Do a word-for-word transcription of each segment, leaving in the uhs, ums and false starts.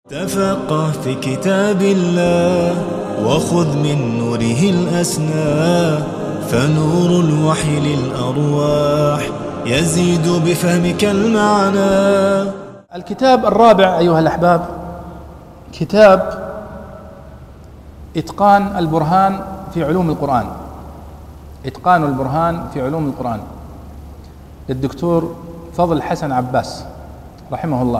تفقه في كتاب الله وخذ من نوره الأسنى، فنور الوحي للأرواح يزيد بفهمك المعنى. الكتاب الرابع أيها الأحباب كتاب إتقان البرهان في علوم القرآن. إتقان البرهان في علوم القرآن للدكتور فضل حسن عباس رحمه الله.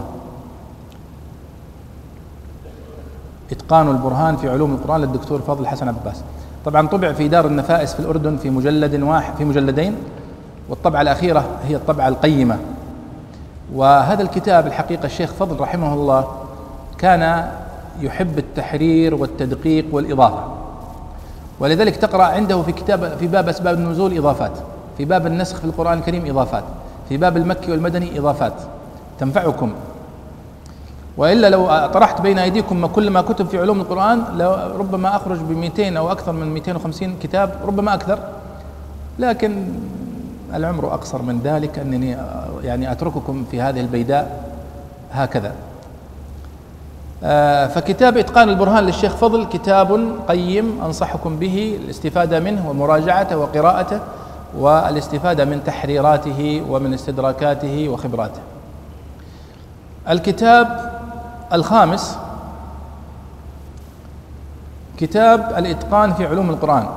إتقان البرهان في علوم القرآن للدكتور فضل حسن عباس. طبعا طبع في دار النفائس في الأردن في مجلد واحد في مجلدين، والطبعة الأخيرة هي الطبعة القيمة. وهذا الكتاب الحقيقة الشيخ فضل رحمه الله كان يحب التحرير والتدقيق والإضافة، ولذلك تقرأ عنده في كتاب في باب أسباب النزول إضافات، في باب النسخ في القرآن الكريم إضافات، في باب المكي والمدني إضافات تنفعكم. وإلا لو طرحت بين أيديكم كل ما كتب في علوم القرآن ربما أخرج بمئتين أو أكثر من مئتين وخمسين كتاب، ربما أكثر، لكن العمر أقصر من ذلك أنني يعني أترككم في هذه البيداء هكذا. فكتاب إتقان البرهان للشيخ فضل كتاب قيم أنصحكم به الاستفادة منه ومراجعته وقراءته والاستفادة من تحريراته ومن استدراكاته وخبراته. الكتاب الخامس كتاب الإتقان في علوم القرآن.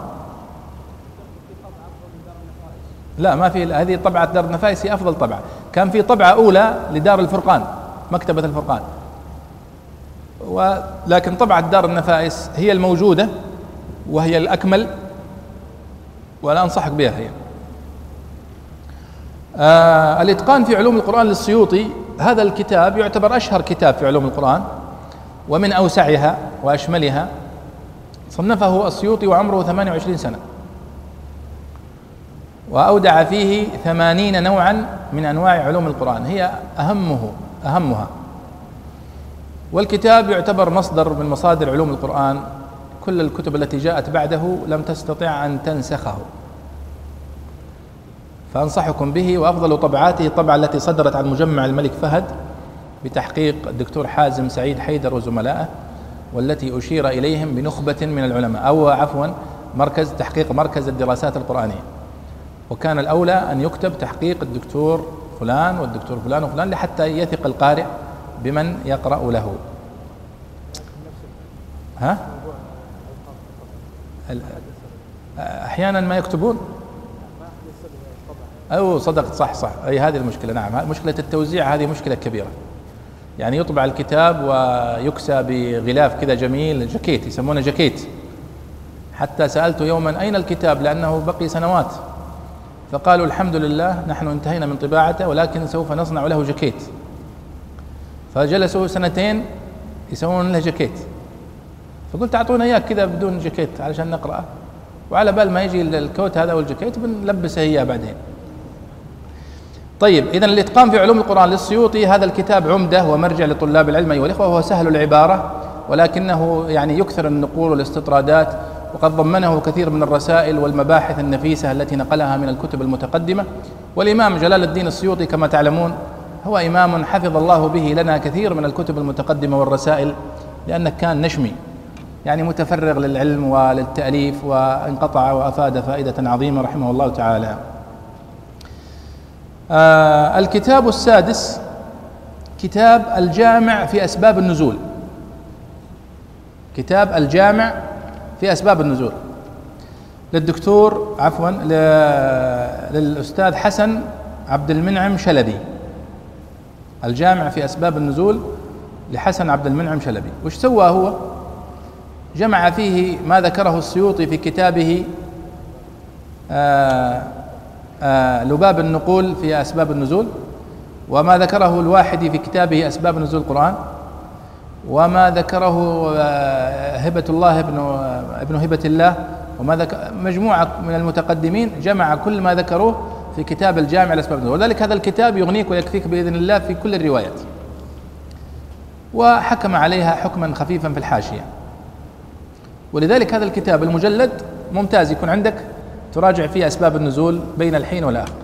لا، ما في، هذه طبعة دار النفائس هي أفضل طبعة. كان في طبعة أولى لدار الفرقان، مكتبة الفرقان، ولكن طبعة دار النفائس هي الموجودة وهي الأكمل، ولا أنصحك بها هي. آه الإتقان في علوم القرآن للسيوطي، هذا الكتاب يعتبر أشهر كتاب في علوم القرآن ومن أوسعها وأشملها. صنفه السيوطي وعمره ثمانية وعشرين سنة، وأودع فيه ثمانين نوعا من أنواع علوم القرآن هي أهمه أهمها. والكتاب يعتبر مصدر من مصادر علوم القرآن، كل الكتب التي جاءت بعده لم تستطع أن تنسخه، فأنصحكم به. وأفضل طبعاته الطبعة التي صدرت عن مجمع الملك فهد بتحقيق الدكتور حازم سعيد حيدر وزملائه، والتي أشير إليهم بنخبة من العلماء، أو عفوا مركز تحقيق مركز الدراسات القرآنية، وكان الأولى أن يكتب تحقيق الدكتور فلان والدكتور فلان وفلان لحتى يثق القارئ بمن يقرأ له. ها؟ أحيانا ما يكتبون، أو صدقت، صح صح أي هذه المشكلة. نعم، مشكلة التوزيع هذه مشكلة كبيرة. يعني يطبع الكتاب ويكسى بغلاف كذا جميل، جاكيت يسمونه جاكيت. حتى سألت يوما أين الكتاب لأنه بقي سنوات، فقالوا الحمد لله نحن انتهينا من طباعته ولكن سوف نصنع له جاكيت. فجلسوا سنتين يسوون له جاكيت، فقلت أعطونا إياه كذا بدون جاكيت علشان نقرأه، وعلى بال ما يجي الكوت هذا والجاكيت بنلبسه إياه بعدين. طيب، إذن الإتقان في علوم القرآن للسيوطي هذا الكتاب عمدة ومرجع لطلاب العلم أيها الإخوة، وهو سهل العبارة ولكنه يعني يكثر النقول والاستطرادات، وقد ضمنه كثير من الرسائل والمباحث النفيسة التي نقلها من الكتب المتقدمة. والإمام جلال الدين السيوطي كما تعلمون هو إمام حفظ الله به لنا كثير من الكتب المتقدمة والرسائل، لأنه كان نشمي يعني متفرغ للعلم وللتأليف، وانقطع وأفاد فائدة عظيمة رحمه الله تعالى. آه الكتاب السادس كتاب الجامع في أسباب النزول. كتاب الجامع في أسباب النزول للدكتور عفوا للأستاذ حسن عبد المنعم شلبي. الجامع في أسباب النزول لحسن عبد المنعم شلبي. وش سوى هو؟ جمع فيه ما ذكره السيوطي في كتابه آآ آآ لباب النقول في أسباب النزول، وما ذكره الواحدي في كتابه أسباب نزول القرآن، وما ذكره هبة الله ابن ابن هبة الله، وما ذكر مجموعة من المتقدمين جمع كل ما ذكروه في كتاب الجامع لأسباب النزول. ولذلك هذا الكتاب يغنيك ويكفيك بإذن الله في كل الروايات، وحكم عليها حكما خفيفا في الحاشية. ولذلك هذا الكتاب المجلد ممتاز يكون عندك تراجع فيه أسباب النزول بين الحين والآخر.